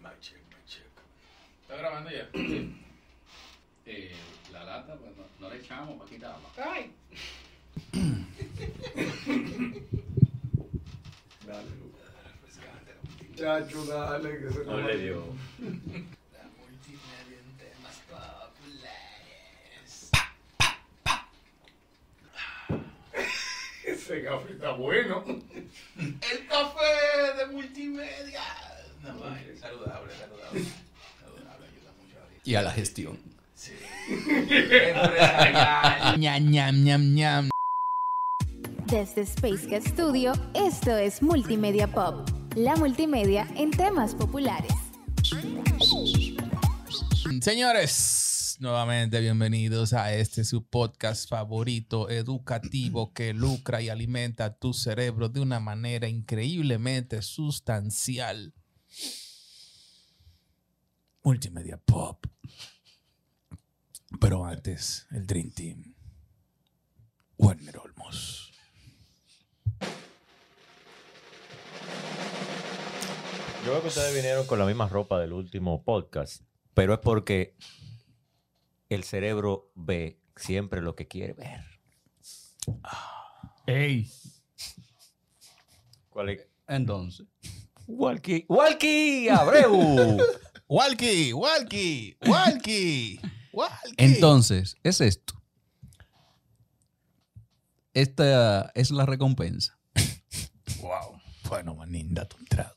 My check. ¿Está grabando ya? La lata, pues no le echamos para quitarla. ¡Ay! Dale, chacho, dale, que se no le dio. La multimedia en temas populares. Ese café está bueno. El café de multimedia. No, saludable. Saludable ayuda mucho a Y a la gestión. Sí. Empresarial. Ñam. Desde Space Studio, esto es Multimedia Pop, la multimedia en temas populares. Señores, nuevamente bienvenidos a su podcast favorito, educativo, que lucra y alimenta tu cerebro de una manera increíblemente sustancial. Multimedia Pop. Pero antes, el Dream Team. Werner Olmos. Yo veo que ustedes vinieron con la misma ropa del último podcast, pero es porque el cerebro ve siempre lo que quiere ver. ¡Ey! ¿Cuál es? Entonces. ¡Walkie Abreu! Walkie. Entonces, es esto. Esta es la recompensa. Wow. Bueno, manín, date un trago.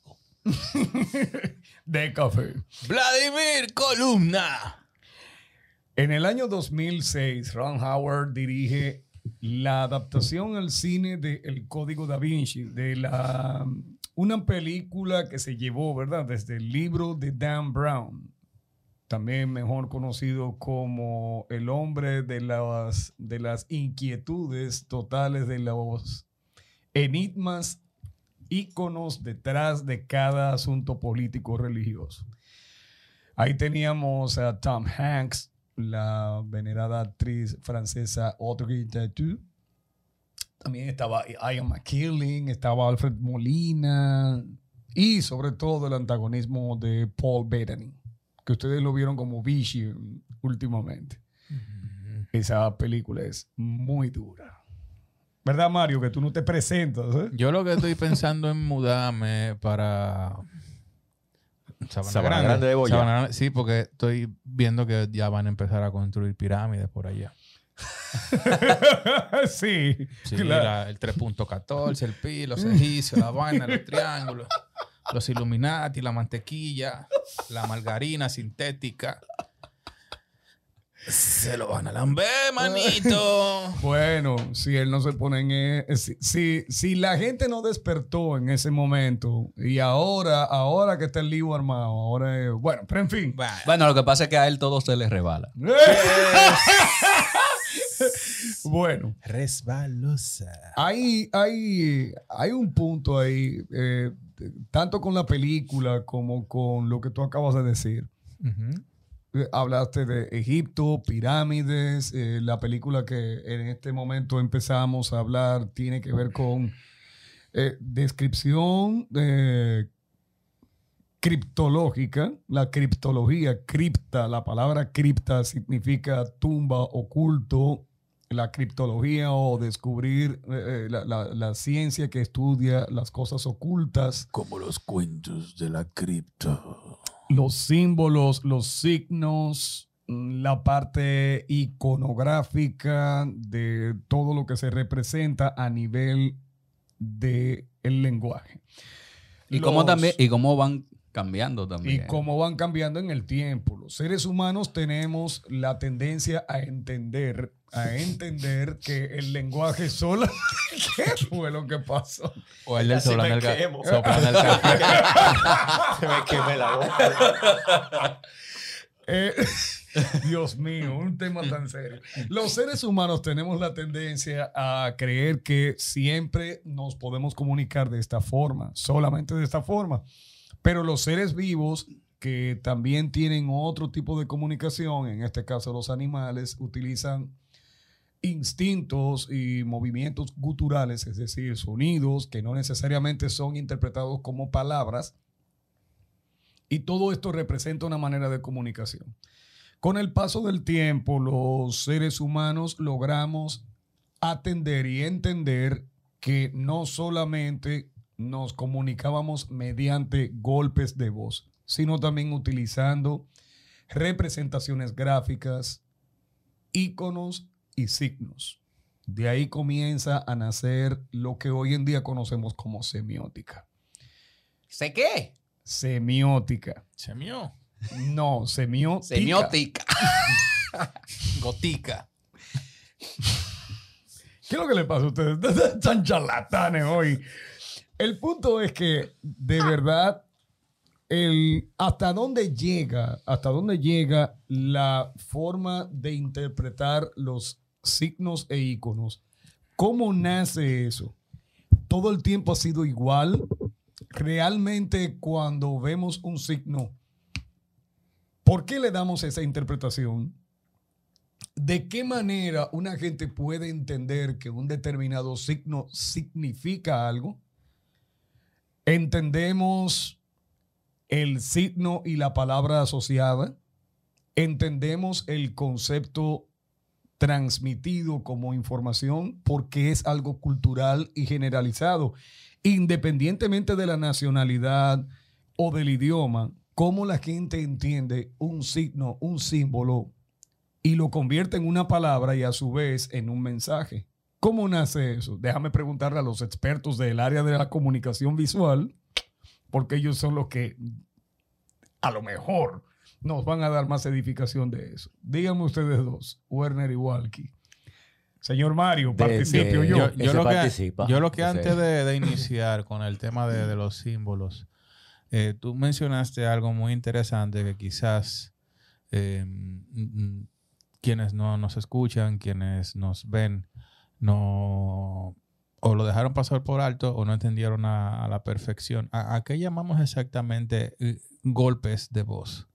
De café. Vladimir Columna. En el año 2006, Ron Howard dirige la adaptación al cine de El Código Da Vinci, de una película que se llevó, ¿verdad?, desde el libro de Dan Brown, también mejor conocido como el hombre de las inquietudes totales, de los enigmas, íconos detrás de cada asunto político religioso. Ahí teníamos a Tom Hanks, la venerada actriz francesa Audrey Tautou. También estaba Ian McKellen, estaba Alfred Molina y sobre todo el antagonismo de Paul Bettany, que ustedes lo vieron como Vichy últimamente. Esa película es muy dura. ¿Verdad, Mario? Que tú no te presentas, ¿eh? Yo lo que estoy pensando en mudarme para Sabana Grande de Boyá. Sabana Grande, sí, porque estoy viendo que ya van a empezar a construir pirámides por allá. Sí. Sí, claro. el 3.14, el pi, los egipcios, la vaina, los triángulos, los Illuminati, la mantequilla, la margarina sintética. Se lo van a lamber, manito. Bueno, si él no se pone en... Si la gente no despertó en ese momento y ahora que está el lío armado, ahora es... Bueno, pero en fin. Bueno, lo que pasa es que a él todo se le resbala. Bueno. Resbalosa. Hay un punto ahí, tanto con la película como con lo que tú acabas de decir. Hablaste de Egipto, pirámides, la película que en este momento empezamos a hablar tiene que ver con descripción criptológica, la criptología, cripta, la palabra cripta significa tumba, oculto, la criptología o descubrir la ciencia que estudia las cosas ocultas. Como los cuentos de la cripta. Los símbolos, los signos, la parte iconográfica de todo lo que se representa a nivel del lenguaje. Y cómo van cambiando también. Y cómo van cambiando en el tiempo. Los seres humanos tenemos la tendencia a entender que el lenguaje solo... ¿Qué fue lo que pasó? O el del Casi soplando me el quemo. soplando el café. Se me quemé la boca. Dios mío, un tema tan serio. Los seres humanos tenemos la tendencia a creer que siempre nos podemos comunicar de esta forma, solamente de esta forma. Pero los seres vivos que también tienen otro tipo de comunicación, en este caso los animales, utilizan instintos y movimientos guturales, es decir, sonidos que no necesariamente son interpretados como palabras Y todo esto representa una manera de comunicación. Con el paso del tiempo, los seres humanos logramos atender y entender que no solamente nos comunicábamos mediante golpes de voz, sino también utilizando representaciones gráficas, íconos y signos. De ahí comienza a nacer lo que hoy en día conocemos como semiótica. ¿Sé qué? Semiótica. Semió. No, semiótica. Semiótica. Gotica. ¿Qué es lo que le pasa a ustedes? Están charlatanes hoy. El punto es que, de verdad, hasta dónde llega la forma de interpretar los signos e íconos. ¿Cómo nace eso? ¿Todo el tiempo ha sido igual? Realmente, cuando vemos un signo, ¿por qué le damos esa interpretación? ¿De qué manera una gente puede entender que un determinado signo significa algo? ¿Entendemos el signo y la palabra asociada? ¿Entendemos el concepto transmitido como información? Porque es algo cultural y generalizado. Independientemente de la nacionalidad o del idioma, ¿cómo la gente entiende un signo, un símbolo, y lo convierte en una palabra y a su vez en un mensaje? ¿Cómo nace eso? Déjame preguntarle a los expertos del área de la comunicación visual, porque ellos son los que a lo mejor nos van a dar más edificación de eso. Díganme ustedes dos, Werner y Walkie. Señor Mario, participe o yo. Yo lo que antes de iniciar con el tema de los símbolos, tú mencionaste algo muy interesante que quizás quienes no nos escuchan, quienes nos ven, no o lo dejaron pasar por alto o no entendieron a la perfección. ¿A qué llamamos exactamente golpes de voz?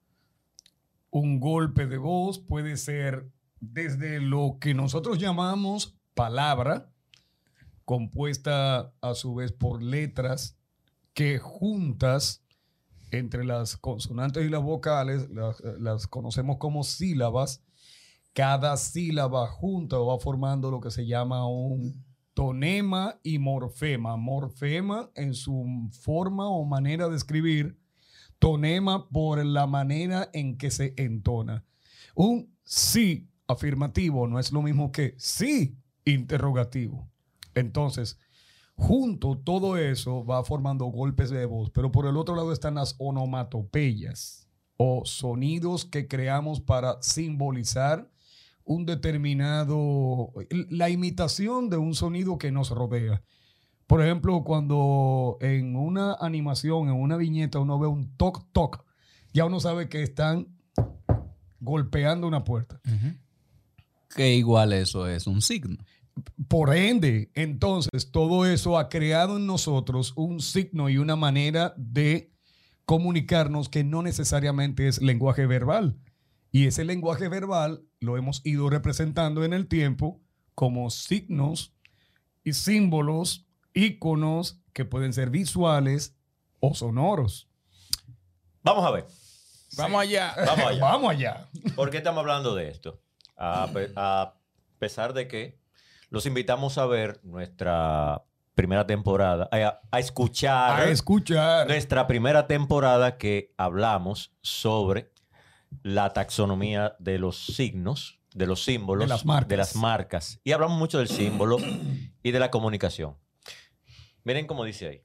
Un golpe de voz puede ser desde lo que nosotros llamamos palabra, compuesta a su vez por letras que juntas entre las consonantes y las vocales las conocemos como sílabas. Cada sílaba junta va formando lo que se llama un tonema y morfema. Morfema en su forma o manera de escribir, tonema por la manera en que se entona. Un sí afirmativo no es lo mismo que sí interrogativo. Entonces, junto todo eso va formando golpes de voz, pero por el otro lado están las onomatopeyas o sonidos que creamos para simbolizar un determinado, la imitación de un sonido que nos rodea. Por ejemplo, cuando en una animación, en una viñeta, uno ve un toc toc, ya uno sabe que están golpeando una puerta. Que igual eso es un signo. Por ende, entonces, todo eso ha creado en nosotros un signo y una manera de comunicarnos que no necesariamente es lenguaje verbal. Y ese lenguaje verbal lo hemos ido representando en el tiempo como signos y símbolos, íconos que pueden ser visuales o sonoros. Vamos a ver. Vamos allá. Vamos allá. Vamos allá. ¿Por qué estamos hablando de esto? A pesar de que los invitamos a ver nuestra primera temporada, a escuchar nuestra primera temporada que hablamos sobre la taxonomía de los signos, de los símbolos, de las marcas. Y hablamos mucho del símbolo y de la comunicación. Miren cómo dice ahí.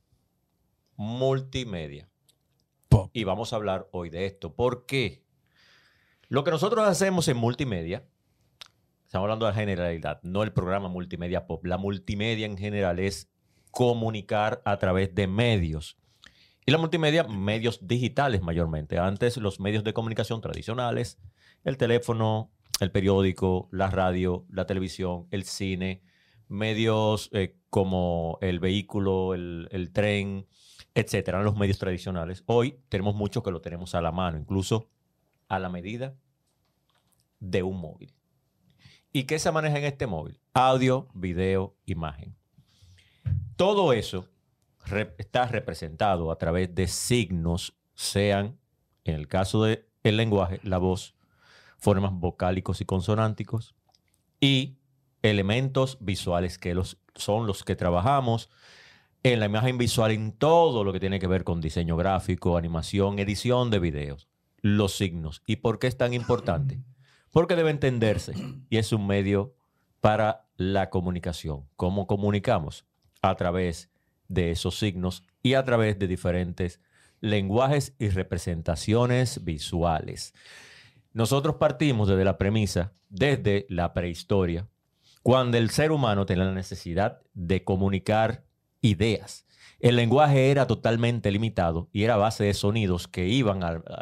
Multimedia. Pop. Y vamos a hablar hoy de esto. ¿Por qué? Lo que nosotros hacemos en multimedia, estamos hablando de la generalidad, no el programa Multimedia Pop. La multimedia en general es comunicar a través de medios. Y la multimedia, medios digitales mayormente. Antes los medios de comunicación tradicionales, el teléfono, el periódico, la radio, la televisión, el cine, medios como el vehículo, el tren, etcétera, los medios tradicionales. Hoy tenemos muchos que lo tenemos a la mano, incluso a la medida de un móvil. ¿Y qué se maneja en este móvil? Audio, video, imagen. Todo eso está representado a través de signos sean, en el caso del lenguaje, la voz, formas vocálicos y consonánticos y elementos visuales que son los que trabajamos en la imagen visual, en todo lo que tiene que ver con diseño gráfico, animación, edición de videos, los signos. ¿Y por qué es tan importante? Porque debe entenderse y es un medio para la comunicación. ¿Cómo comunicamos? A través de esos signos y a través de diferentes lenguajes y representaciones visuales. Nosotros partimos desde la premisa, desde la prehistoria, cuando el ser humano tenía la necesidad de comunicar ideas. El lenguaje era totalmente limitado y era a base de sonidos que iban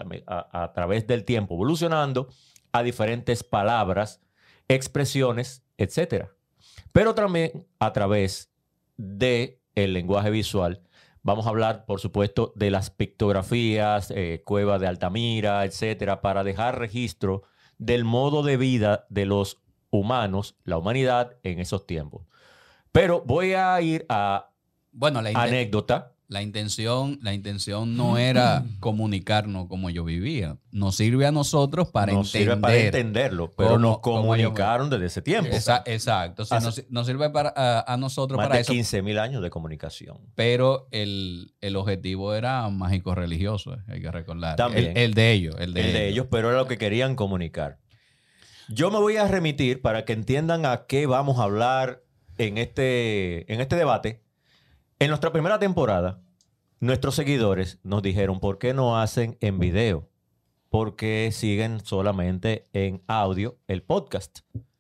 a través del tiempo evolucionando a diferentes palabras, expresiones, etc. Pero también a través del lenguaje visual. Vamos a hablar, por supuesto, de las pictografías, Cueva de Altamira, etcétera, para dejar registro del modo de vida de los humanos, la humanidad en esos tiempos. Pero voy a ir a Bueno, anécdota. la intención no era comunicarnos como yo vivía. Nos sirve a nosotros para Nos sirve para entenderlo, pero cómo- nos cómo yo comunicaron desde ese tiempo. Exacto. O sea, nos sirve a nosotros Más para de eso. 15.000 años de comunicación. Pero el objetivo era mágico-religioso, hay que recordar. También. El de ellos. El de ellos, pero era lo que querían comunicar. Yo me voy a remitir para que entiendan a qué vamos a hablar en este debate. En nuestra primera temporada, nuestros seguidores nos dijeron, ¿por qué no hacen en video? ¿Por qué siguen solamente en audio el podcast?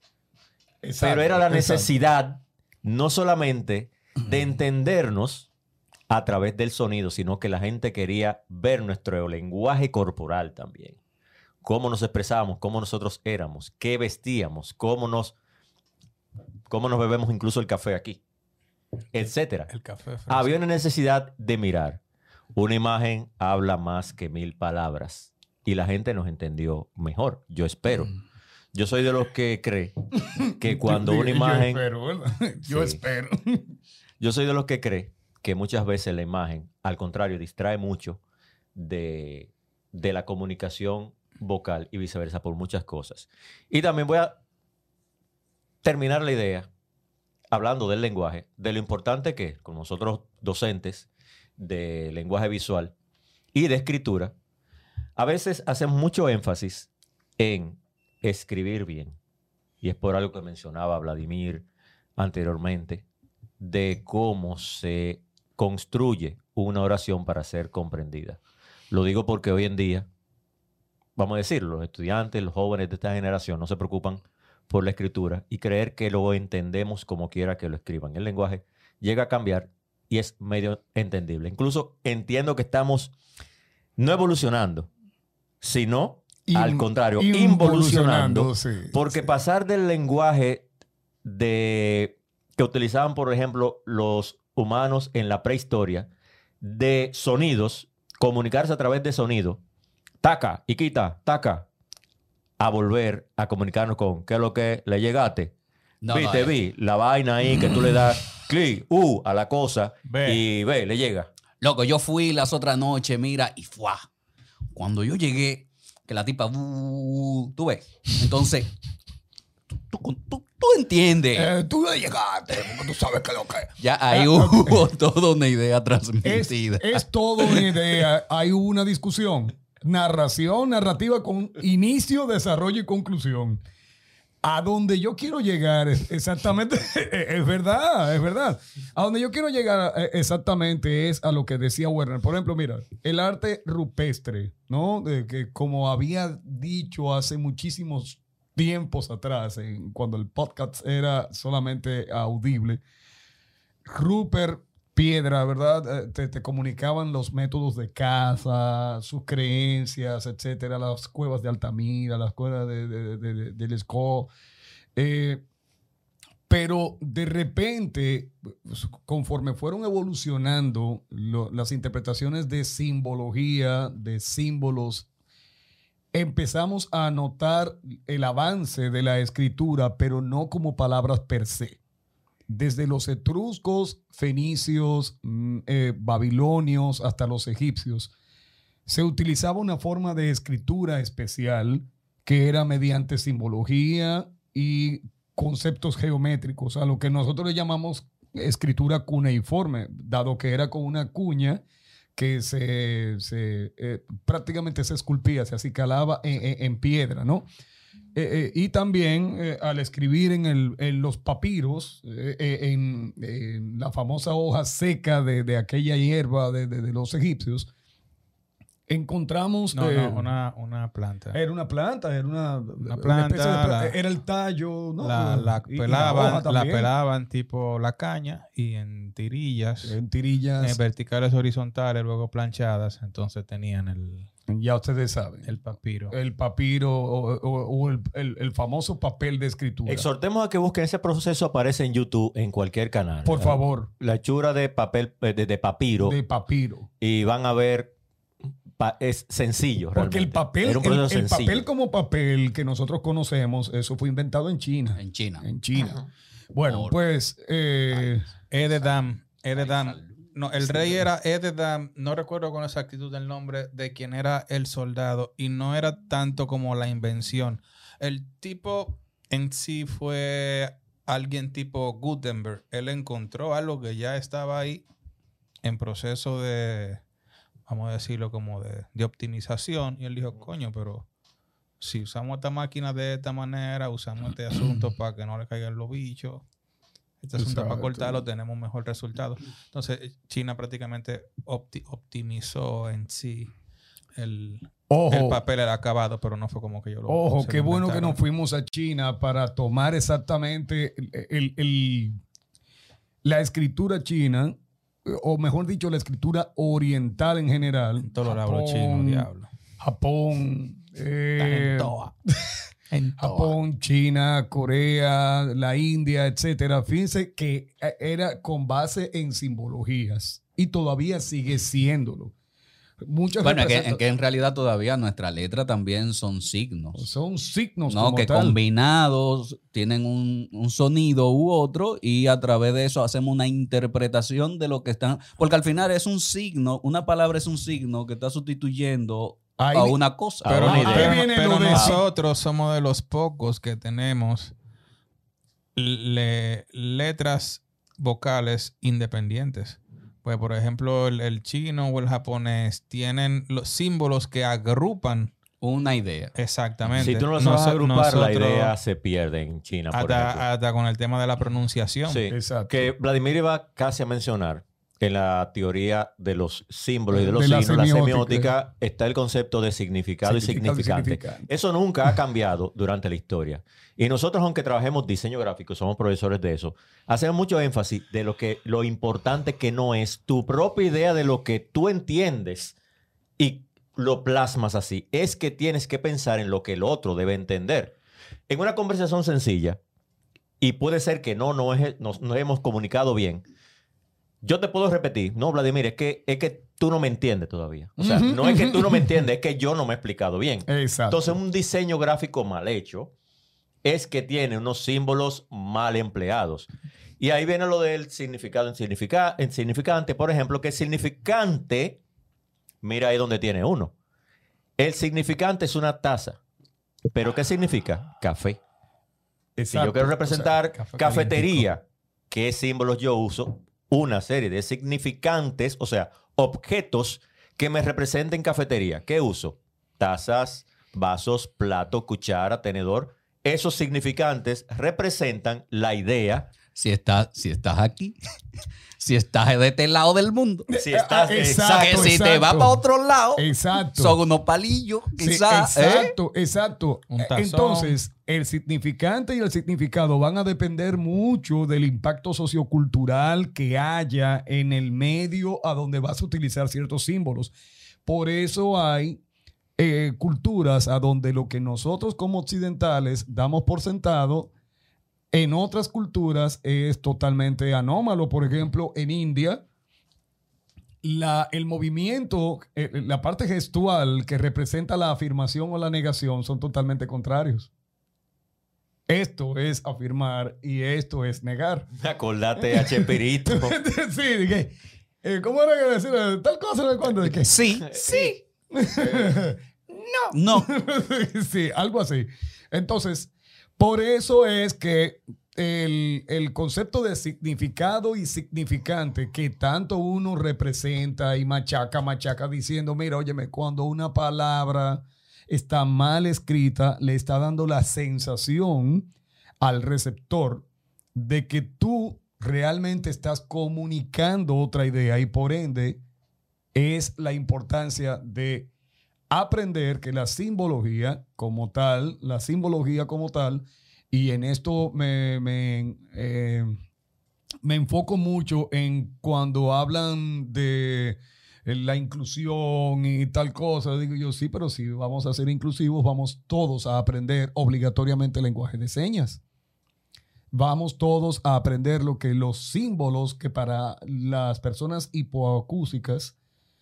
Pero era la necesidad no solamente de entendernos a través del sonido, sino que la gente quería ver nuestro lenguaje corporal también. Cómo nos expresábamos, cómo nosotros éramos, qué vestíamos, cómo nos bebemos incluso el café aquí, etcétera. El café fresco. Había una necesidad de mirar. Una imagen habla más que 1000 palabras y la gente nos entendió mejor, yo espero. Yo soy de los que cree que cuando una imagen... Yo espero, ¿verdad? Yo Sí. espero. Yo soy de los que cree que muchas veces la imagen, al contrario, distrae mucho de la comunicación vocal y viceversa por muchas cosas. Y también voy a terminar la idea hablando del lenguaje, de lo importante que es, con nosotros docentes de lenguaje visual y de escritura, a veces hacemos mucho énfasis en escribir bien. Y es por algo que mencionaba Vladimir anteriormente, de cómo se construye una oración para ser comprendida. Lo digo porque hoy en día, vamos a decirlo, los estudiantes, los jóvenes de esta generación no se preocupan por la escritura y creer que lo entendemos como quiera que lo escriban. El lenguaje llega a cambiar y es medio entendible. Incluso entiendo que estamos no evolucionando, sino al contrario, involucionando. Sí, Porque sí. pasar del lenguaje que utilizaban, por ejemplo, los humanos en la prehistoria, de sonidos, comunicarse a través de sonido, taca y quita, taca, a volver a comunicarnos con ¿qué es lo que le llegaste? No, vi, no, te vi, la vaina ahí que tú le das clic, a la cosa Ve. y ve, le llega. Loco, yo fui las otras noches, mira, y ¡fua! Cuando yo llegué, que la tipa, tú ves. Entonces, tú entiendes. Tú le llegaste, porque tú sabes que lo que Ya ahí hubo toda una idea transmitida. es todo una idea. Hay una discusión. Narración, narrativa con inicio, desarrollo y conclusión. A donde yo quiero llegar exactamente, es verdad, es verdad. A donde yo quiero llegar exactamente es a lo que decía Werner. Por ejemplo, mira, el arte rupestre, ¿no? De que como había dicho hace muchísimos tiempos atrás, cuando el podcast era solamente audible, Rupert Piedra, ¿verdad? Te comunicaban los métodos de caza, sus creencias, etcétera, las cuevas de Altamira, las cuevas de Lescaut. Pero de repente, conforme fueron evolucionando las interpretaciones de simbología, de símbolos, empezamos a notar el avance de la escritura, pero no como palabras per se. Desde los etruscos, fenicios, babilonios, hasta los egipcios, se utilizaba una forma de escritura especial que era mediante simbología y conceptos geométricos, a lo que nosotros le llamamos escritura cuneiforme, dado que era con una cuña que prácticamente se esculpía, se acicalaba en piedra, ¿no? Y también al escribir en los papiros, en la famosa hoja seca de aquella hierba de los egipcios, encontramos... una planta. Era una planta, era una planta, especie de era el tallo, ¿no? La Y la hoja también. pelaban tipo la caña y en tirillas, En tirillas, verticales, horizontales, luego planchadas. Entonces tenían ya ustedes saben. el papiro. El papiro o el famoso papel de escritura. Exhortemos a que busquen ese proceso, aparece en YouTube, en cualquier canal. Por favor. La hechura de papel, de papiro. De papiro. Y van a ver, es sencillo. Porque el realmente. papel, Era un proceso el sencillo. papel como papel que nosotros conocemos, eso fue inventado en China. En China. En China. Bueno, Por- pues Ededam. No, el rey era Ededam, no recuerdo con exactitud el nombre de quien era el soldado, y no era tanto como la invención. El tipo en sí fue alguien tipo Gutenberg. Él encontró algo que ya estaba ahí en proceso de, vamos a decirlo, como de optimización, y él dijo, coño, pero si usamos esta máquina de esta manera, usamos este asunto para que no le caigan los bichos, este asunto para Exacto. cortarlo, tenemos un mejor resultado. Entonces, China prácticamente optimizó en sí el papel, el acabado, pero no fue como que yo lo Ojo, se qué lo bueno que inventaron. nos fuimos a China para tomar exactamente la escritura china, o mejor dicho, la escritura oriental en general. En todos lados los chinos, diablo. Japón, En toa. En toa. Japón, China, Corea, la India, etcétera. Fíjense que era con base en simbologías y todavía sigue siéndolo. Muchas Bueno, representan- que en realidad todavía nuestra letra también son signos. son signos No, como que tal. combinados tienen un sonido u otro y a través de eso hacemos una interpretación de lo que están... Porque al final es un signo, una palabra es un signo que está sustituyendo Ahí a vi- una cosa. Pero ahí una idea. viene Pero lo de nosotros somos de los pocos que tenemos letras vocales independientes. Pues, por ejemplo, el chino o el japonés tienen los símbolos que agrupan Una idea. exactamente. Si tú no lo sabes agrupar, la Nosotros, idea se pierde en China, por ejemplo. hasta con el tema de la pronunciación. Sí, Exacto. que Vladimir iba casi a mencionar que en la teoría de los símbolos y de los De la signos, la semiótica. semiótica, está el concepto de significado y Significado y significante. significante. Eso nunca ha cambiado durante la historia. Y nosotros, aunque trabajemos diseño gráfico, somos profesores de eso, hacemos mucho énfasis de lo importante que no es tu propia idea de lo que tú entiendes y lo plasmas así. Es que tienes que pensar en lo que el otro debe entender. En una conversación sencilla, y puede ser que no hemos comunicado bien, yo te puedo repetir, no, Vladimir, es que tú no me entiendes todavía. O sea, no es que tú no me entiendes, es que yo no me he explicado bien. Exacto. Entonces, un diseño gráfico mal hecho es que tiene unos símbolos mal empleados. Y ahí viene lo del significado en significante. Por ejemplo, que el significante, mira ahí donde tiene uno. El significante es una taza. ¿Pero qué significa? Café. Si Exacto. yo quiero representar O sea, café cafetería, ¿qué símbolos yo uso? Una serie de significantes, o sea, objetos que me representen cafetería. ¿Qué uso? Tazas, vasos, plato, cuchara, tenedor. Esos significantes representan la idea. Si estás aquí, si estás de este lado del mundo, Si estás exacto. que si te vas para otro lado, Exacto. son unos palillos, Sí, quizás. exacto. Un tazón. Entonces, el significante y el significado van a depender mucho del impacto sociocultural que haya en el medio a donde vas a utilizar ciertos símbolos. Por eso hay culturas a donde lo que nosotros como occidentales damos por sentado, en otras culturas es totalmente anómalo. Por ejemplo, en India, el movimiento, la parte gestual que representa la afirmación o la negación son totalmente contrarios. Esto es afirmar y esto es negar. Acordate a Chespirito. Sí, dije, ¿cómo era que decir tal cosa? ¿De cuándo? ¿De qué? Sí, sí. No. Sí, algo así. Entonces, por eso es que el concepto de significado y significante que tanto uno representa y machaca diciendo, mira, óyeme, cuando una palabra está mal escrita, le está dando la sensación al receptor de que tú realmente estás comunicando otra idea y por ende es la importancia de aprender que la simbología como tal, y en esto me enfoco mucho en cuando hablan de la inclusión y tal cosa, digo yo, sí, pero si vamos a ser inclusivos, vamos todos a aprender obligatoriamente el lenguaje de señas. Vamos todos a aprender lo que los símbolos que para las personas hipoacúsicas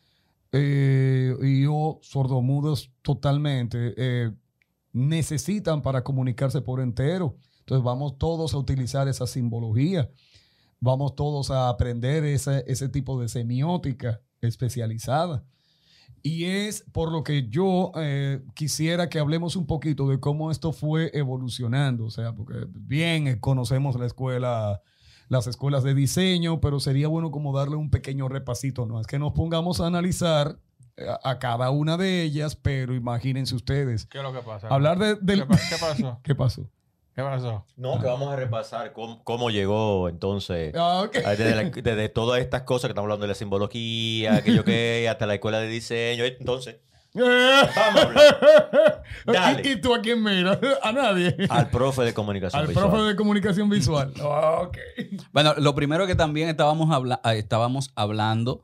y o sordomudos totalmente necesitan para comunicarse por entero. Entonces vamos todos a utilizar esa simbología. Vamos todos a aprender ese tipo de semiótica especializada. Y es por lo que yo quisiera que hablemos un poquito de cómo esto fue evolucionando. O sea, porque bien conocemos las escuelas de diseño, pero sería bueno como darle un pequeño repasito. No es que nos pongamos a analizar a cada una de ellas, pero imagínense ustedes. ¿Qué es lo que pasa? Hablar ¿Qué pasó? ¿Qué pasó? ¿Qué pasó? No, que vamos a repasar cómo llegó entonces Ok. desde todas estas cosas que estamos hablando de la simbología, que yo que hasta la escuela de diseño. Entonces, vamos a hablar. Dale. ¿Y tú a quién miras? A nadie. Al profe de comunicación Al visual. profe de comunicación visual. Ok. Bueno, lo primero que también estábamos hablando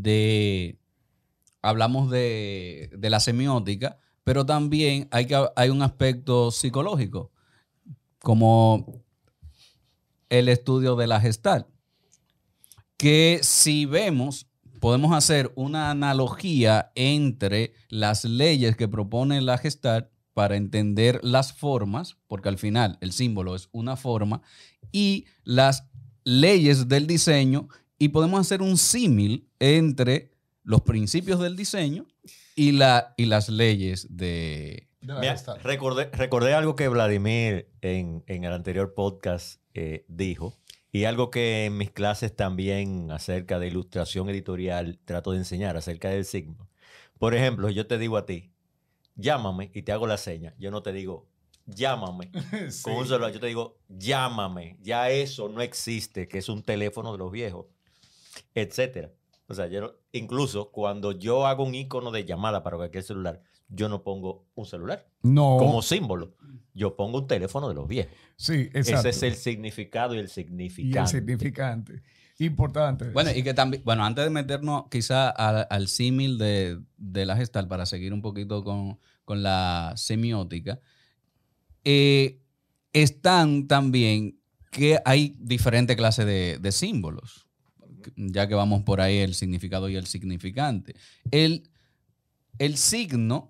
hablamos de la semiótica, pero también hay un aspecto psicológico, como el estudio de la Gestalt, que si vemos, podemos hacer una analogía entre las leyes que propone la Gestalt para entender las formas, porque al final el símbolo es una forma, y las leyes del diseño, y podemos hacer un símil entre los principios del diseño y las leyes de Mira, recordé algo que Vladimir en el anterior podcast dijo, y algo que en mis clases también acerca de ilustración editorial trato de enseñar acerca del signo. Por ejemplo, yo te digo a ti, llámame y te hago la seña. Yo no te digo, llámame Sí. con un celular. Yo te digo, llámame. Ya eso no existe, que es un teléfono de los viejos, etcétera. O sea, incluso cuando yo hago un icono de llamada para cualquier celular, yo no pongo un celular No. como símbolo. Yo pongo un teléfono de los viejos. Sí, exacto. Ese es el significado y el Y el significante. significante. Importante. Bueno, y que también, bueno, antes de meternos quizá al símil de la Gestalt, para seguir un poquito con la semiótica, están también que hay diferentes clases de símbolos, ya que vamos por ahí el significado y el significante. El signo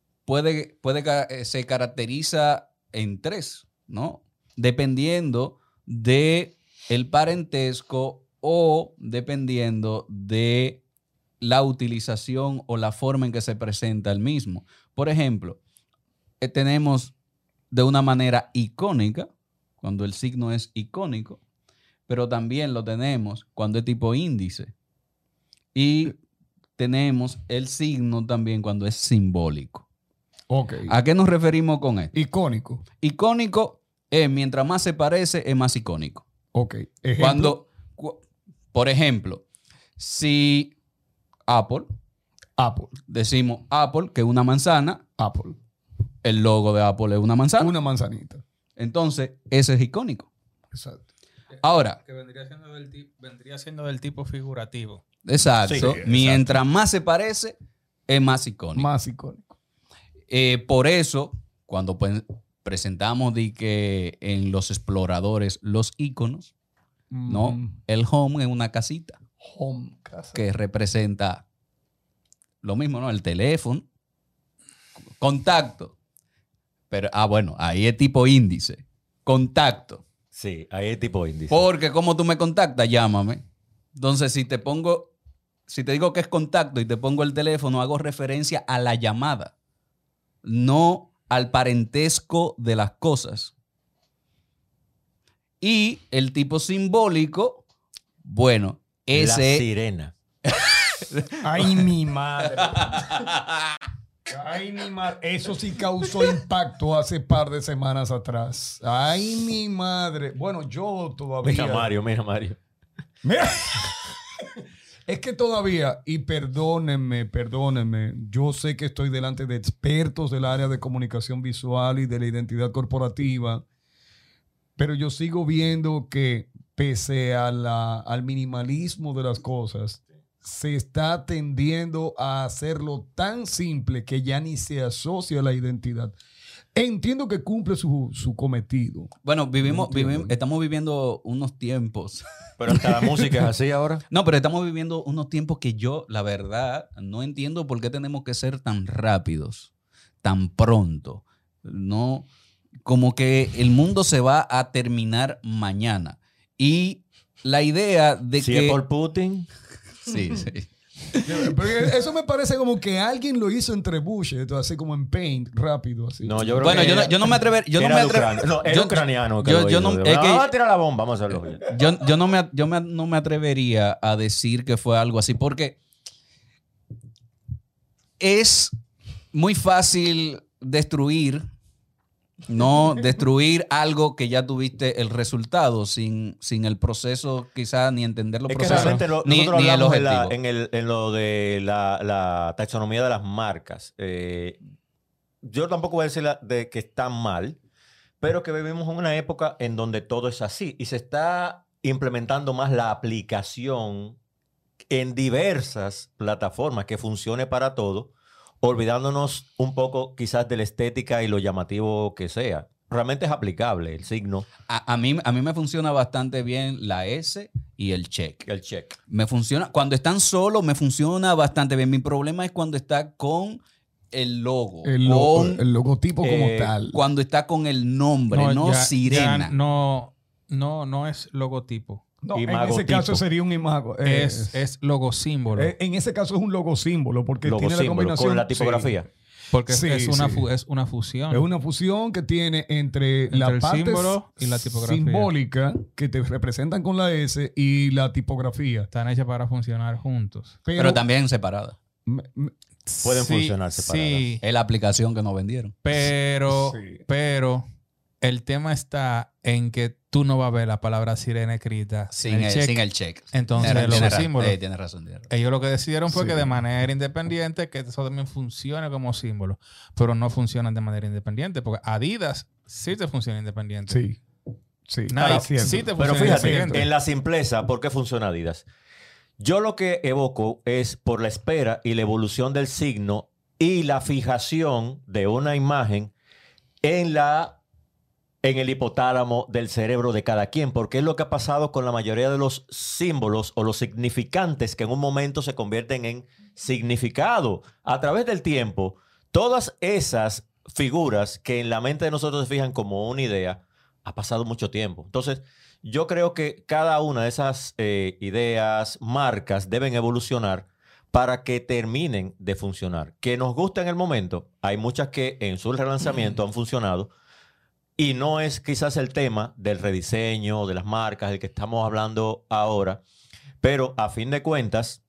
se caracteriza en tres, ¿no? Dependiendo de el parentesco o dependiendo de la utilización o la forma en que se presenta el mismo. Por ejemplo, tenemos de una manera icónica, cuando el signo es icónico, pero también lo tenemos cuando es tipo índice. Y tenemos el signo también cuando es simbólico. Ok. ¿A qué nos referimos con esto? Icónico. Icónico es mientras más se parece, es más icónico. Ok. Ejemplo. Por ejemplo, si Apple, decimos Apple, que es una manzana, Apple. el logo de Apple es una manzana. Una manzanita. Entonces, ese es icónico. Exacto. Ahora, Que vendría siendo del tipo figurativo. exacto, Sí, exacto. mientras más se parece, es más icónico. Más icónico. Por eso, cuando presentamos que en los exploradores los iconos, ¿no? El home es una casita Home, casa. que representa lo mismo, ¿no? El teléfono, contacto. Pero, bueno, ahí es tipo índice. Contacto. Sí, ahí es tipo índice. Porque como tú me contactas, llámame. Entonces, si te pongo si te digo que es contacto y te pongo el teléfono, hago referencia a la llamada, no al parentesco de las cosas. Y el tipo simbólico, bueno, La ese... sirena. Ay, mi madre. Ay, mi madre. Eso sí causó impacto hace par de semanas atrás. Ay, mi madre. Bueno, yo todavía... Mira Mario. Mira. Es que todavía, y perdónenme, yo sé que estoy delante de expertos del área de comunicación visual y de la identidad corporativa, pero yo sigo viendo que pese al minimalismo de las cosas, se está tendiendo a hacerlo tan simple que ya ni se asocia a la identidad. Entiendo que cumple su cometido. Bueno, estamos viviendo unos tiempos. Pero hasta la música es así ahora. No, pero estamos viviendo unos tiempos que yo, la verdad, no entiendo por qué tenemos que ser tan rápidos, tan pronto. No, como que el mundo se va a terminar mañana. Y la idea de Si que... es por Putin. Sí. Porque eso me parece como que alguien lo hizo entre bushes, así como en Paint, rápido. Así. No, yo creo Bueno, que yo no me atrevería... No, era ucraniano. Que lo hizo. Vamos a tirar la bomba, vamos a hacerlo bien. Yo no me atrevería a decir que fue algo así, porque es muy fácil destruir algo que ya tuviste el resultado sin el proceso, quizás ni entender los Es que procesos, realmente ni nosotros el hablamos objetivo. en lo de la taxonomía de las marcas. Yo tampoco voy a decir de que está mal, pero que vivimos en una época en donde todo es así y se está implementando más la aplicación en diversas plataformas que funcione para todo, olvidándonos un poco quizás de la estética y lo llamativo que sea. Realmente es aplicable el signo, A mí me funciona bastante bien la S y el check. el check. Me funciona. Cuando están solos, me funciona bastante bien. Mi problema es cuando está con el logo. El logotipo como tal. Cuando está con el nombre, no sirena. Ya no es logotipo. No, en ese Imagotipo. caso sería un imago. Es logosímbolo. En ese caso es un logosímbolo porque Logo tiene la símbolo, combinación con la tipografía. Sí. Porque Sí, es una sí. fusión. Es una fusión que tiene entre la el parte símbolo y la tipografía. simbólica que te representan con la S y la tipografía. Están hechas para funcionar juntos. Pero también separada. Pueden funcionar separadas. Sí, Es la aplicación que nos vendieron. pero el tema está en que tú no vas a ver la palabra sirena escrita Sin el check. Entonces, Tienes los razón, símbolos. tienes razón. Ellos lo que decidieron fue Sí. que de manera independiente, que eso también funcione como símbolo, pero no funcionan de manera independiente, porque Adidas sí te funciona independiente. Sí. Sí. Nike cierto. sí te Pero funciona fíjate, independiente. en la simpleza, ¿por qué funciona Adidas? Yo lo que evoco es por la espera y la evolución del signo y la fijación de una imagen en el hipotálamo del cerebro de cada quien, porque es lo que ha pasado con la mayoría de los símbolos o los significantes que en un momento se convierten en significado. A través del tiempo, todas esas figuras que en la mente de nosotros se fijan como una idea, ha pasado mucho tiempo. Entonces, yo creo que cada una de esas ideas, marcas, deben evolucionar para que terminen de funcionar. Que nos gusta en el momento, hay muchas que en su relanzamiento han funcionado, y no es quizás el tema del rediseño, de las marcas, del que estamos hablando ahora, pero a fin de cuentas,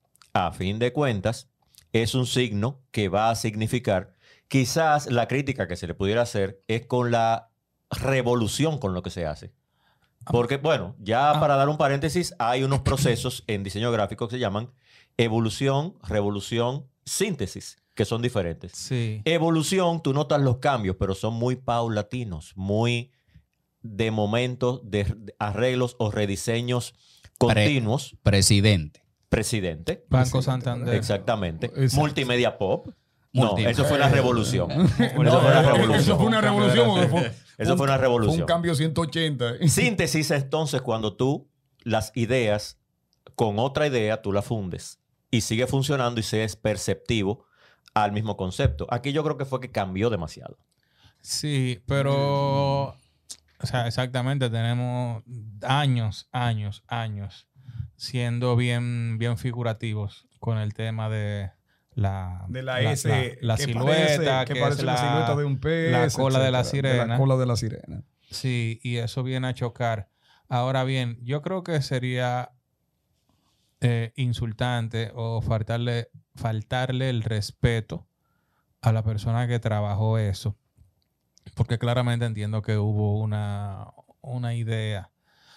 es un signo que va a significar, quizás la crítica que se le pudiera hacer es con la revolución con lo que se hace. Porque, bueno, ya para dar un paréntesis, hay unos procesos en diseño gráfico que se llaman evolución, revolución, síntesis, que son diferentes. Sí. Evolución, tú notas los cambios, pero son muy paulatinos, muy de momentos, de arreglos o rediseños continuos. Presidente. Presidente. Banco Santander. Exactamente. Exacto. Multimedia Pop. No, Multimedia. eso fue una revolución. No, eso fue una revolución. Eso fue una Fue revolución. un cambio 180. Síntesis es entonces cuando tú las ideas con otra idea tú la fundes y sigue funcionando y se es perceptivo al mismo concepto. Aquí yo creo que fue que cambió demasiado. Sí, pero, o sea, exactamente, tenemos años siendo bien figurativos con el tema de la S, la que silueta, que que parece es la silueta de un pez, la cola de la etcétera, sirena. de la cola de la sirena. Sí, y eso viene a chocar. Ahora bien, yo creo que sería insultante o faltarle el respeto a la persona que trabajó eso, porque claramente entiendo que hubo una idea.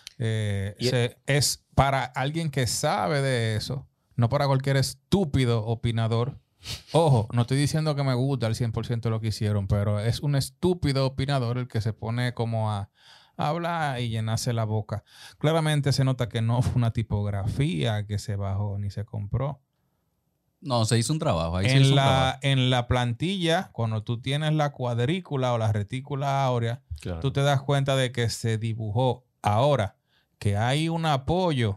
Es para alguien que sabe de eso, no para cualquier estúpido opinador. Ojo, no estoy diciendo que me gusta al 100% lo que hicieron, pero es un estúpido opinador el que se pone como a hablar y llenarse la boca. Claramente se nota que no fue una tipografía que se bajó ni se compró. No, se hizo un trabajo. Ahí se hizo un trabajo. En la plantilla, cuando tú tienes la cuadrícula o la retícula áurea, Claro. tú te das cuenta de que se dibujó. Ahora, que hay un apoyo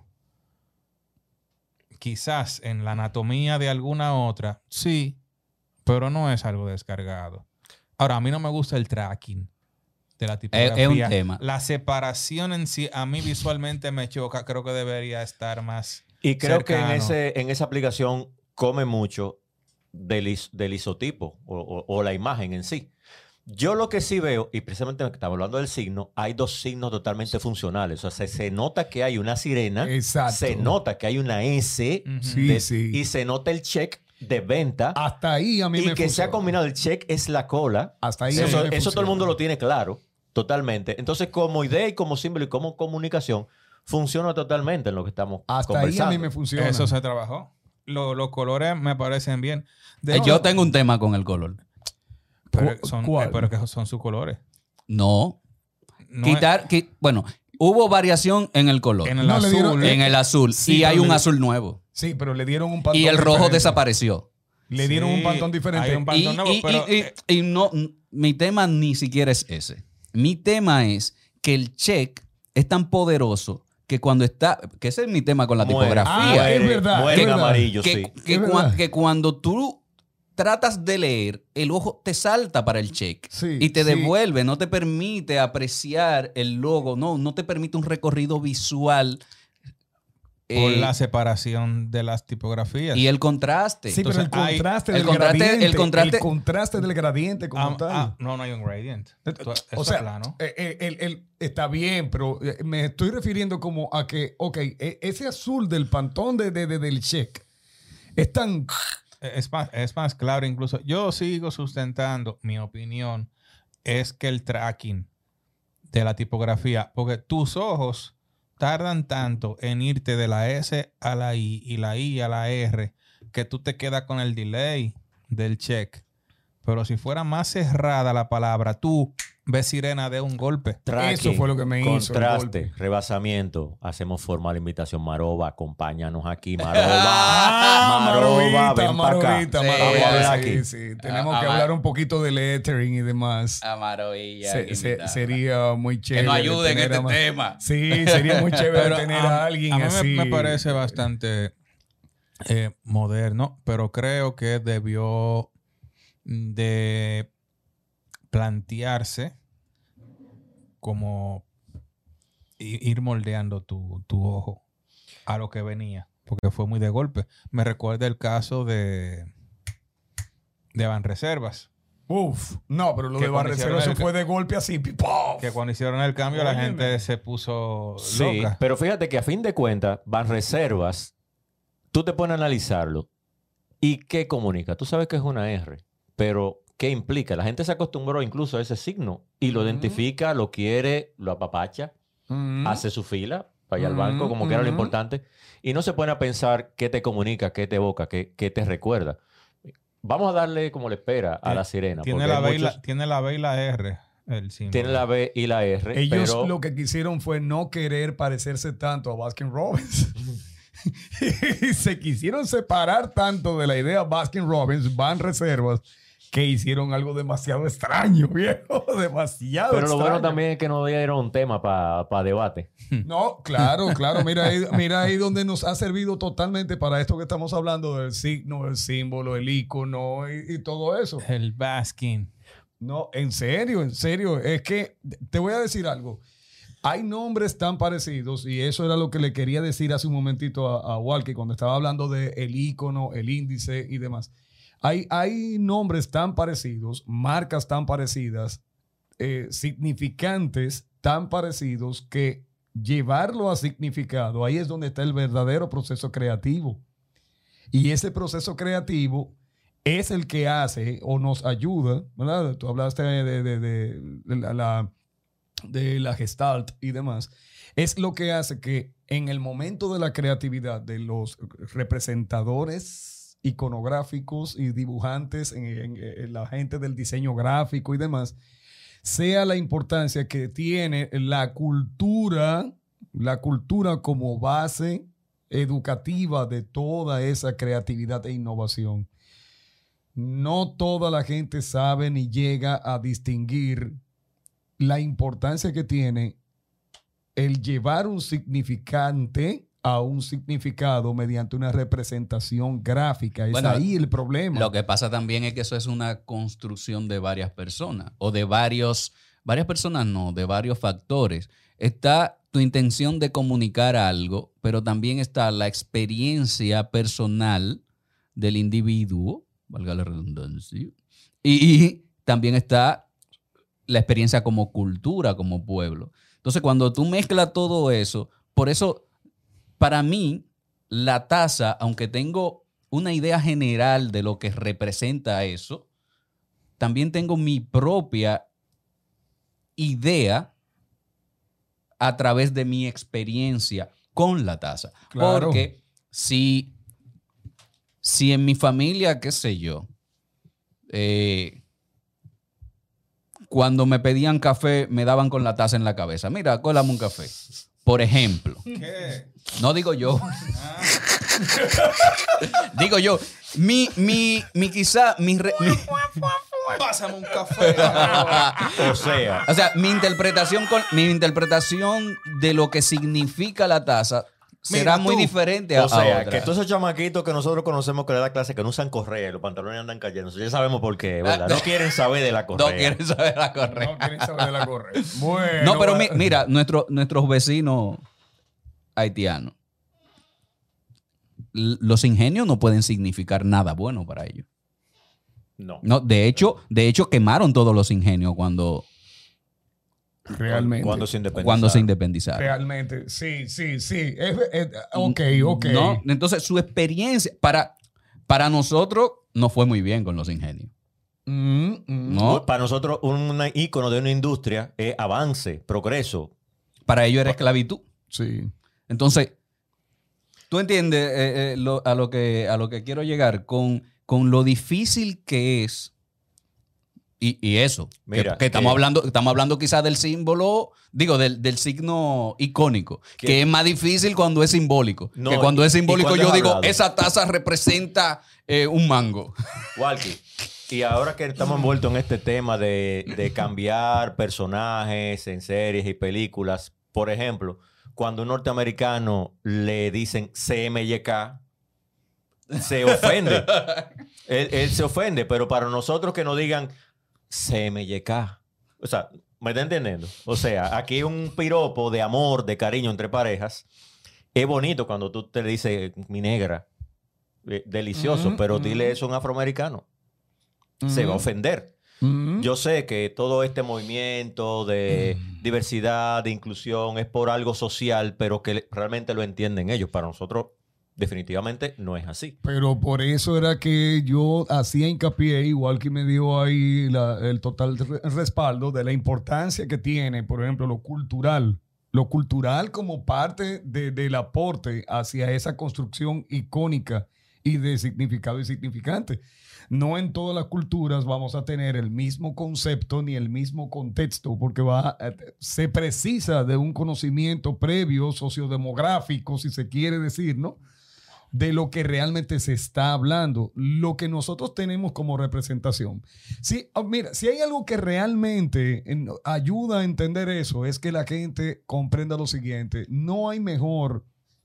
quizás en la anatomía de alguna otra, sí, pero no es algo descargado. Ahora, a mí no me gusta el tracking de la tipografía. Es un tema. La separación en sí, a mí visualmente me choca. Creo que debería estar más Y creo cercano. que en esa aplicación come mucho del isotipo o la imagen en sí. Yo lo que sí veo, y precisamente estamos hablando del signo, hay dos signos totalmente funcionales. O sea, se nota que hay una sirena, Exacto. se nota que hay una S Ujú. Sí, sí. y se nota el check de venta. Hasta ahí a mí Y me que se ha funciona. combinado el check es la cola. Hasta ahí Eso, a mí me eso todo el funciona. mundo lo tiene claro, totalmente. Entonces, como idea y como símbolo y como comunicación, funciona totalmente en lo que estamos Hasta ahí a conversando. mí me funciona. Eso se trabajó. Los colores me parecen bien. Yo tengo un tema con el color. Pero ¿Cuál? pero que son sus colores. No. No Bueno, hubo variación en el color. en el No, le azul. dieron- En el azul. Sí, y hay pero un le- azul nuevo. Sí, pero le dieron un pantón Y el rojo diferente. desapareció. Le dieron un pantón diferente. hay un Y, pantón nuevo, pero, y no, mi tema ni siquiera es ese. Mi tema es que el check es tan poderoso que cuando está, que ese es mi tema con la Muere. tipografía, Ah, es verdad, Muere es en verdad. amarillo, que, sí. que Es cua- verdad. que cuando tú tratas de leer, el ojo te salta para el check Sí, y te sí. devuelve, no te permite apreciar el logo, no te permite un recorrido visual por la separación de las tipografías. y el contraste. Sí, pero el Entonces, hay- contraste el del contraste- gradiente. el contraste- El contraste del gradiente como tal. No hay un gradient. Eso O sea, es plano. está bien, pero me estoy refiriendo como a que, ok, ese azul del pantón del check es tan... Es más claro incluso. Yo sigo sustentando, mi opinión es que el tracking de la tipografía, porque tus ojos tardan tanto en irte de la S a la I y la I a la R que tú te quedas con el delay del check. Pero si fuera más cerrada la palabra, tú ves sirena de un golpe. Eso fue lo que me hizo el Contraste, golpe. rebasamiento. Hacemos formal invitación. Maroba, acompáñanos aquí. Maroba. Maroba, ven para acá. Marovita, Sí, Vamos a hablar sí, aquí. sí. Tenemos Ah, que hablar un poquito de lettering y demás. maravilla. Sería muy chévere. que nos ayude en tener este a más- tema. Sí, sería muy chévere Pero tener a alguien a mí así. me parece bastante moderno, pero creo que debió de plantearse como ir moldeando tu ojo a lo que venía, porque fue muy de golpe. Me recuerda el caso de Banreservas, Uf, no, pero lo Que de cuando Barrecero hicieron eso fue de golpe así. ¡Pof! que cuando hicieron el cambio la Óyeme. gente se puso Sí, loca. pero fíjate que a fin de cuentas, Banreservas, tú te pones a analizarlo y ¿qué comunica? Tú sabes que es una R, pero ¿qué implica? La gente se acostumbró incluso a ese signo y lo identifica, lo quiere, lo apapacha, hace su fila para ir al banco, como que era lo importante, y no se pone a pensar qué te comunica, qué te evoca, qué te recuerda. Vamos a darle como le espera a la sirena. Tiene porque la, hay B y muchos- tiene la B y la R. El símbolo. tiene la B y la R, Ellos pero lo que quisieron fue no querer parecerse tanto a Baskin Robbins. Y se quisieron separar tanto de la idea Baskin Robbins, Van Reservas, que hicieron algo demasiado extraño, viejo. Demasiado pero lo extraño. bueno también es que nos dieron un tema para debate. No, claro. Mira ahí donde nos ha servido totalmente para esto que estamos hablando del signo, el símbolo, el icono y todo eso. El Baskin. No, en serio. Es que te voy a decir algo. hay nombres tan parecidos, y eso era lo que le quería decir hace un momentito a Walkie cuando estaba hablando de el ícono, el índice y demás. Hay nombres tan parecidos, marcas tan parecidas, significantes tan parecidos que llevarlo a significado, ahí es donde está el verdadero proceso creativo. Y ese proceso creativo es el que hace o nos ayuda, ¿verdad? Tú hablaste de la Gestalt y demás. Es lo que hace que en el momento de la creatividad de los representadores iconográficos y dibujantes, en la gente del diseño gráfico y demás, sea la importancia que tiene la cultura como base educativa de toda esa creatividad e innovación. No toda la gente sabe ni llega a distinguir la importancia que tiene el llevar un significante a un significado mediante una representación gráfica. Es ahí el problema. Lo que pasa también es que eso es una construcción de varias personas o de varias personas, no, de varios factores. Está tu intención de comunicar algo, pero también está la experiencia personal del individuo, valga la redundancia, y también está la experiencia como cultura, como pueblo. Entonces, cuando tú mezclas todo eso, por eso, para mí, la taza, aunque tengo una idea general de lo que representa eso, también tengo mi propia idea a través de mi experiencia con la taza. Claro. Porque si en mi familia, qué sé yo, cuando me pedían café, me daban con la taza en la cabeza. Mira, cólame un café. Por ejemplo. ¿Qué? No digo yo. Digo yo. Pásame un café. O sea, mi interpretación de lo que significa la taza será muy diferente a otra. Que todos esos chamaquitos que nosotros conocemos que le da clase que no usan correa, los pantalones andan cayendo. Ya sabemos por qué, ¿verdad? No quieren saber de la correa. No quieren saber de la correa. No quieren saber de la correa. Bueno, No, pero mira, nuestros vecinos haitianos, los ingenios no pueden significar nada bueno para ellos. No, de hecho, quemaron todos los ingenios cuando realmente. Cuando se independizaron. Realmente, sí. Ok. No, entonces, su experiencia para nosotros no fue muy bien con los ingenios. No. Para nosotros, un ícono de una industria es avance, progreso. Para ellos era esclavitud. Sí. Entonces, tú entiendes a lo que quiero llegar con lo difícil que es. Y eso, mira, que estamos hablando quizás del símbolo, del signo icónico, que es más difícil cuando es simbólico. No, que cuando es simbólico yo digo, hablado, esa taza representa un mango. Walkie, y ahora que estamos envueltos en este tema de cambiar personajes en series y películas, por ejemplo, cuando a un norteamericano le dicen CMYK, se ofende. Él se ofende, pero para nosotros que nos digan CMYK, o sea, ¿me está entendiendo? O sea, aquí un piropo de amor, de cariño entre parejas, es bonito cuando tú te dices mi negra, delicioso, pero dile eso a un afroamericano, se va a ofender. Yo sé que todo este movimiento de diversidad, de inclusión, es por algo social, pero que realmente lo entienden ellos. Para nosotros, definitivamente, no es así. Pero por eso era que yo hacía hincapié, igual que me dio ahí el total respaldo de la importancia que tiene, por ejemplo, lo cultural como parte del aporte hacia esa construcción icónica y de significado y significante. No en todas las culturas vamos a tener el mismo concepto ni el mismo contexto, porque se precisa de un conocimiento previo sociodemográfico, si se quiere decir, ¿no? De lo que realmente se está hablando, lo que nosotros tenemos como representación. Sí, mira, si hay algo que realmente ayuda a entender eso, es que la gente comprenda lo siguiente: no hay mejor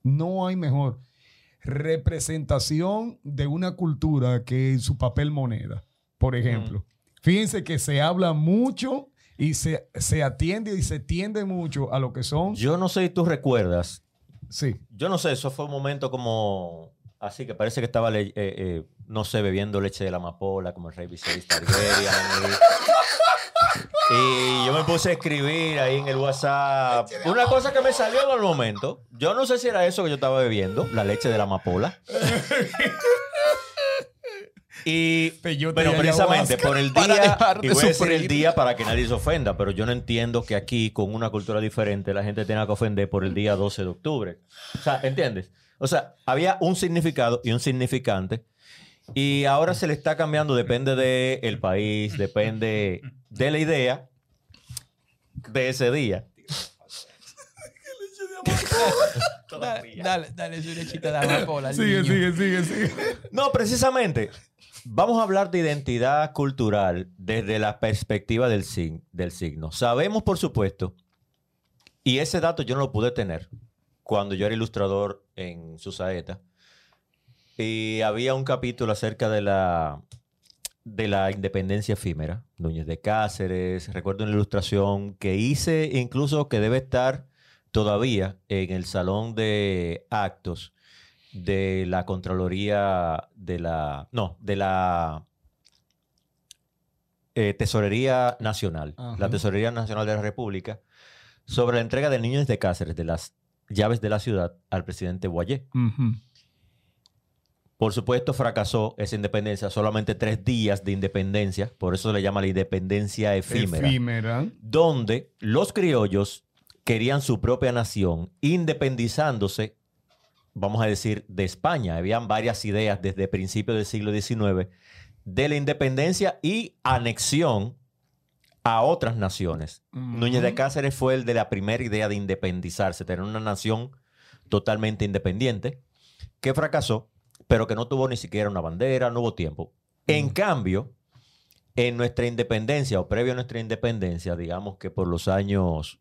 representación de una cultura que su papel moneda, por ejemplo. Fíjense que se habla mucho Y se atiende y se tiende mucho a lo que son. Yo no sé si tú recuerdas. Sí. Yo no sé, eso fue un momento como... Así que parece que estaba, no sé, bebiendo leche de la amapola, como el rey Viserys Targaryen. Y yo me puse a escribir ahí en el WhatsApp una cosa que me salió en el momento. Yo no sé si era eso que yo estaba bebiendo, la leche de la amapola. Peyote Pero y precisamente ayahuasca. por el Para día, dejar de y voy a decir el sufrir. día para que nadie se ofenda, pero yo no entiendo que aquí, con una cultura diferente, la gente tenga que ofender por el día 12 de octubre. O sea, ¿entiendes? O sea, había un significado y un significante, y ahora se le está cambiando, depende del país, depende de la idea de ese día. Dale su lechita de amapola al Sigue, niño. sigue. No, precisamente. Vamos a hablar de identidad cultural desde la perspectiva del signo. Sabemos, por supuesto, y ese dato yo no lo pude tener cuando yo era ilustrador en Susaeta, y había un capítulo acerca de la independencia efímera, Núñez de Cáceres. Recuerdo una ilustración que hice, incluso que debe estar todavía en el salón de actos de la Contraloría de la Tesorería Nacional, Ajá. la Tesorería Nacional de la República, sobre la entrega de Núñez de Cáceres de las llaves de la ciudad al presidente Boyer. Ujú. Por supuesto, fracasó esa independencia, solamente 3 días de independencia, por eso se le llama la independencia efímera, Efímera. donde los criollos querían su propia nación, independizándose, vamos a decir, de España. Habían varias ideas desde principios del siglo XIX de la independencia y anexión a otras naciones. Núñez de Cáceres fue el de la primera idea de independizarse, tener una nación totalmente independiente, que fracasó, pero que no tuvo ni siquiera una bandera, no hubo tiempo. En cambio, en nuestra independencia, o previo a nuestra independencia, digamos que por los años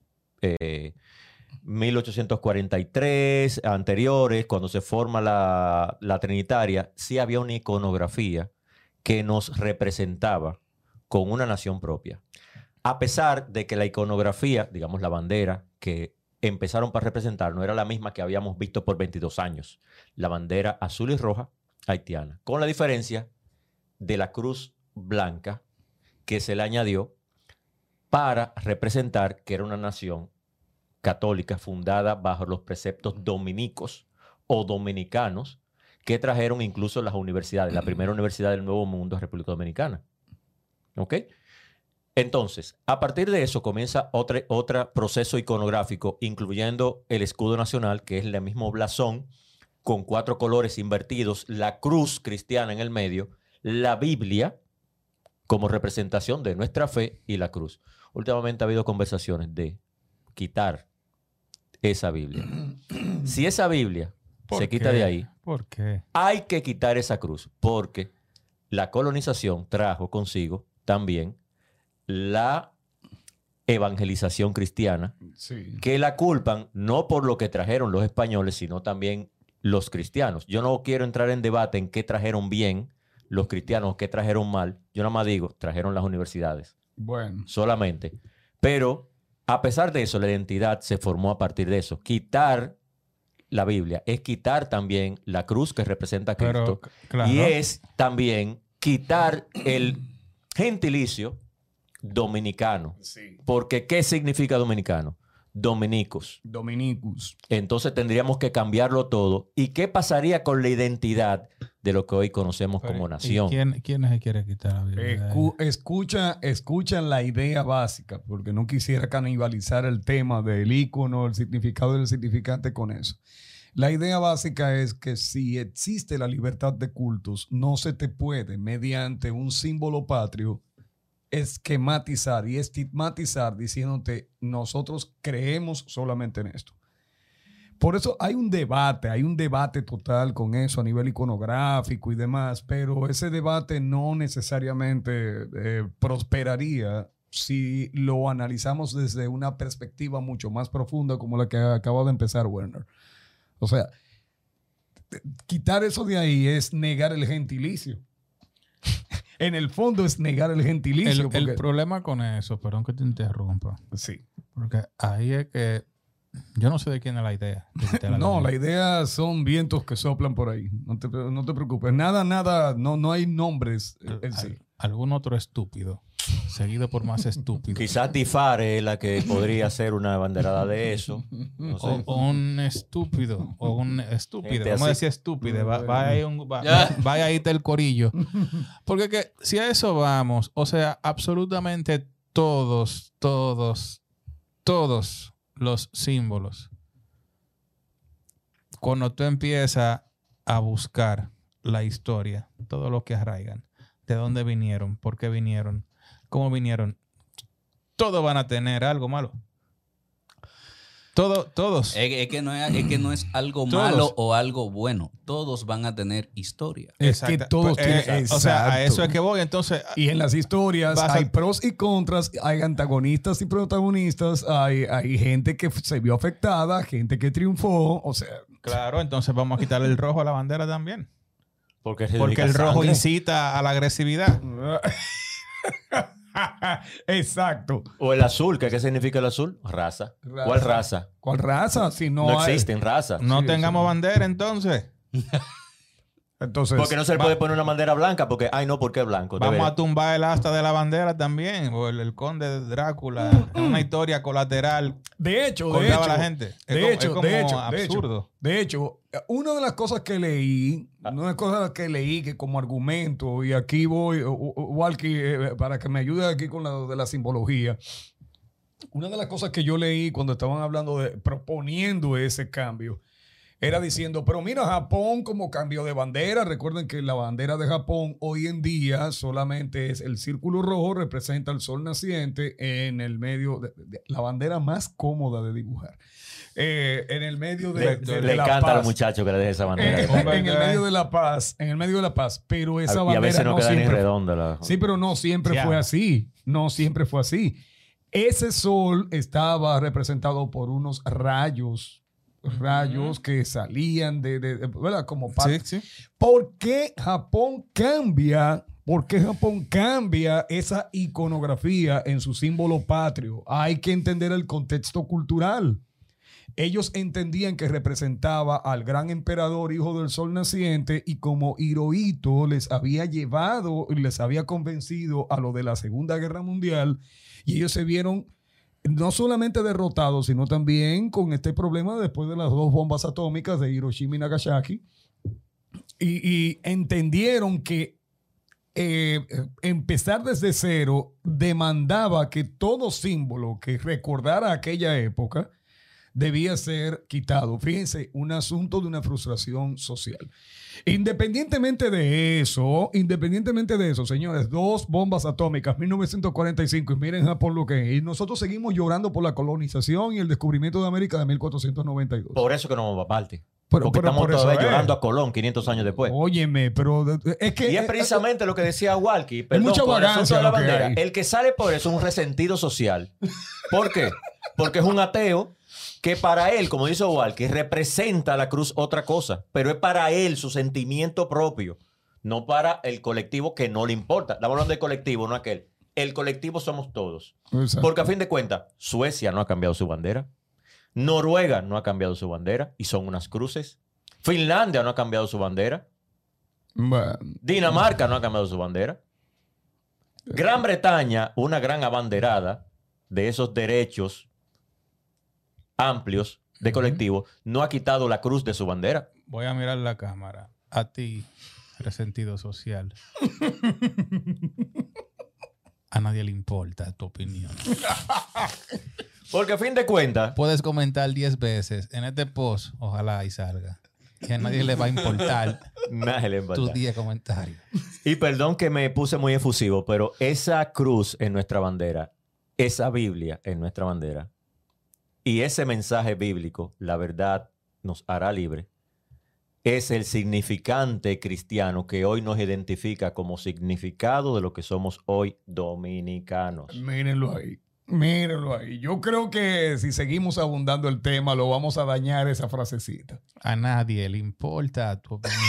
1843, anteriores, cuando se forma la Trinitaria, sí había una iconografía que nos representaba con una nación propia. A pesar de que la iconografía, digamos la bandera, que empezaron para representar, no era la misma que habíamos visto por 22 años. La bandera azul y roja haitiana, con la diferencia de la cruz blanca que se le añadió para representar que era una nación católica fundada bajo los preceptos dominicos o dominicanos que trajeron incluso las universidades, la primera universidad del Nuevo Mundo es República Dominicana. ¿Ok? Entonces, a partir de eso comienza otro proceso iconográfico, incluyendo el escudo nacional, que es el mismo blasón, con 4 colores invertidos, la cruz cristiana en el medio, la Biblia como representación de nuestra fe y la cruz. Últimamente ha habido conversaciones de quitar esa Biblia. Si esa Biblia se quita de ahí, ¿Por qué? hay que quitar esa cruz, porque la colonización trajo consigo también la evangelización cristiana, Sí. que la culpan no por lo que trajeron los españoles, sino también los cristianos. Yo no quiero entrar en debate en qué trajeron bien los cristianos, qué trajeron mal. Yo nada más digo, trajeron las universidades, Bueno. solamente. Pero a pesar de eso, la identidad se formó a partir de eso. Quitar la Biblia es quitar también la cruz que representa a Cristo. claro. Y es también quitar el gentilicio dominicano. Sí. Porque ¿qué significa dominicano? Dominicos. Dominicus. Entonces tendríamos que cambiarlo todo. ¿Y qué pasaría con la identidad de lo que hoy conocemos como nación? ¿Quién se quiere quitar la Biblia? Escuchan la idea básica, porque no quisiera canibalizar el tema del icono, el significado del significante con eso. La idea básica es que si existe la libertad de cultos, no se te puede, mediante un símbolo patrio, esquematizar y estigmatizar diciéndote nosotros creemos solamente en esto. Por eso hay un debate total con eso a nivel iconográfico y demás, pero ese debate no necesariamente prosperaría si lo analizamos desde una perspectiva mucho más profunda como la que acaba de empezar Werner. O sea, quitar eso de ahí es negar el gentilicio. en el fondo es negar el gentilicio. El porque- problema con eso, perdón que te interrumpa, sí. porque ahí es que yo no sé de quién es la idea. de quitar No, lengua. la idea son vientos que soplan por ahí. No te preocupes. Nada, no hay nombres en sí. Algún otro estúpido, seguido por más estúpidos. Quizás Tifare es la que podría ser una banderada de eso. No sé. O un estúpido, o un estúpido, Gente vamos a así. decir estúpido, vaya ahí el corillo. Porque que, si a eso vamos, o sea, absolutamente todos los símbolos, cuando tú empiezas a buscar la historia, todo lo que arraigan, de dónde vinieron, por qué vinieron, cómo vinieron, todos van a tener algo malo. Todos. Es que no es algo Todos. malo o algo bueno. Todos van a tener historia. Es que todos tienen... O sea, a exacto. eso es que voy. Entonces, Y en las historias Vas a- hay pros y contras, hay antagonistas y protagonistas, hay gente que se vio afectada, gente que triunfó, o sea... claro, entonces vamos a quitarle el rojo a la bandera también. Porque Porque el rojo sangre. incita a la agresividad. Exacto. O el azul, ¿qué significa el azul? Raza. Raza. ¿Cuál raza? ¿Cuál raza? Si no, No hay- existen razas. No Sí, tengamos bandera entonces. Entonces, Porque no se le puede poner una bandera blanca porque, ay no, ¿por qué blanco? Vamos Debería- a tumbar el asta de la bandera también. O el conde de Drácula. Es una historia colateral. de hecho, Colgaba a la gente. Es de como- hecho, es como de hecho, absurdo. De hecho, una de las cosas que leí, una de las cosas que leí que como argumento, y aquí voy, Walkie, para que me ayude aquí con la de la simbología. Una de las cosas que yo leí cuando estaban hablando de proponiendo ese cambio era diciendo, pero mira, Japón como cambio de bandera. Recuerden que la bandera de Japón hoy en día solamente es el círculo rojo, representa el sol naciente en el medio, de la bandera más cómoda de dibujar. En el medio de Le la encanta a los paz. muchachos que le deje esa bandera. En el medio de la paz, pero esa Y bandera a veces no queda ni siempre redonda. La... Sí, pero no siempre Ya. fue así. No siempre fue así. Ese sol estaba representado por unos rayos que salían ¿verdad? Como parte. Sí, sí. ¿Por qué Japón cambia? ¿Por qué Japón cambia esa iconografía en su símbolo patrio? Hay que entender el contexto cultural. Ellos entendían que representaba al gran emperador, hijo del sol naciente, y como Hirohito les había llevado y les había convencido a lo de la Segunda Guerra Mundial, y ellos se vieron no solamente derrotados, sino también con este problema después de las 2 bombas atómicas de Hiroshima y Nagasaki, y entendieron que empezar desde cero demandaba que todo símbolo que recordara aquella época debía ser quitado. Fíjense, un asunto de una frustración social. Independientemente de eso, señores, 2 bombas atómicas, 1945, y miren Japón lo que es. Y nosotros seguimos llorando por la colonización y el descubrimiento de América de 1492. Por eso que no vamos a parte. Pero Porque estamos por eso todavía es. llorando a Colón 500 años después. Óyeme, pero es que... Y es precisamente lo que decía Walkie. Perdón, mucha con el asunto vagancia de la lo que bandera. hay. El que sale por eso es un resentido social. ¿Por qué? Porque es un ateo que para él, como dice Walkie, representa la cruz otra cosa. Pero es para él su sentimiento propio, no para el colectivo que no le importa. Estamos hablando del colectivo, no aquel. El colectivo somos todos. Exacto. Porque a fin de cuentas, Suecia no ha cambiado su bandera. Noruega no ha cambiado su bandera y son unas cruces. Finlandia no ha cambiado su bandera. Bueno, Dinamarca no ha cambiado su bandera. Gran Bretaña, una gran abanderada de esos derechos amplios de colectivo, no ha quitado la cruz de su bandera. Voy a mirar la cámara. A ti, resentido social. A nadie le importa tu opinión. Porque a fin de cuentas, Puedes comentar 10 veces en este post, ojalá y salga. Que a nadie le va a importar nadie le importa. tus 10 comentarios. Y perdón que me puse muy efusivo, pero esa cruz en nuestra bandera, esa Biblia en nuestra bandera y ese mensaje bíblico, la verdad nos hará libre, es el significante cristiano que hoy nos identifica como significado de lo que somos hoy dominicanos. mírenlo ahí. Míralo ahí. Yo creo que si seguimos abundando el tema, lo vamos a dañar esa frasecita. A nadie le importa tu opinión.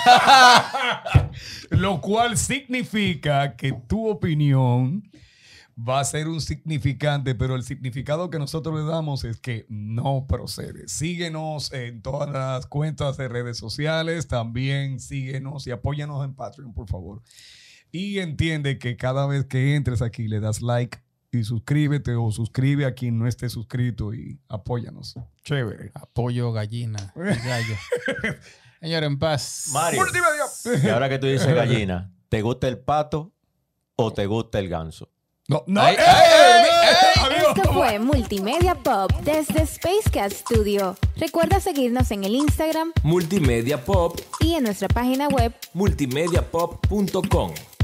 Lo cual significa que tu opinión va a ser un significante, pero el significado que nosotros le damos es que no procede. Síguenos en todas las cuentas de redes sociales. También síguenos y apóyanos en Patreon, por favor. Y entiende que cada vez que entres aquí le das like y suscríbete o suscribe a quien no esté suscrito y apóyanos. Chévere. Apoyo gallina y gallo. Señor, en paz. Mario, y ahora que tú dices gallina, ¿te gusta el pato o te gusta el ganso? No, no. Ay, Amigo. Esto fue Multimedia Pop desde Spacecast Studio. Recuerda seguirnos en el Instagram Multimedia Pop, y en nuestra página web multimediapop.com.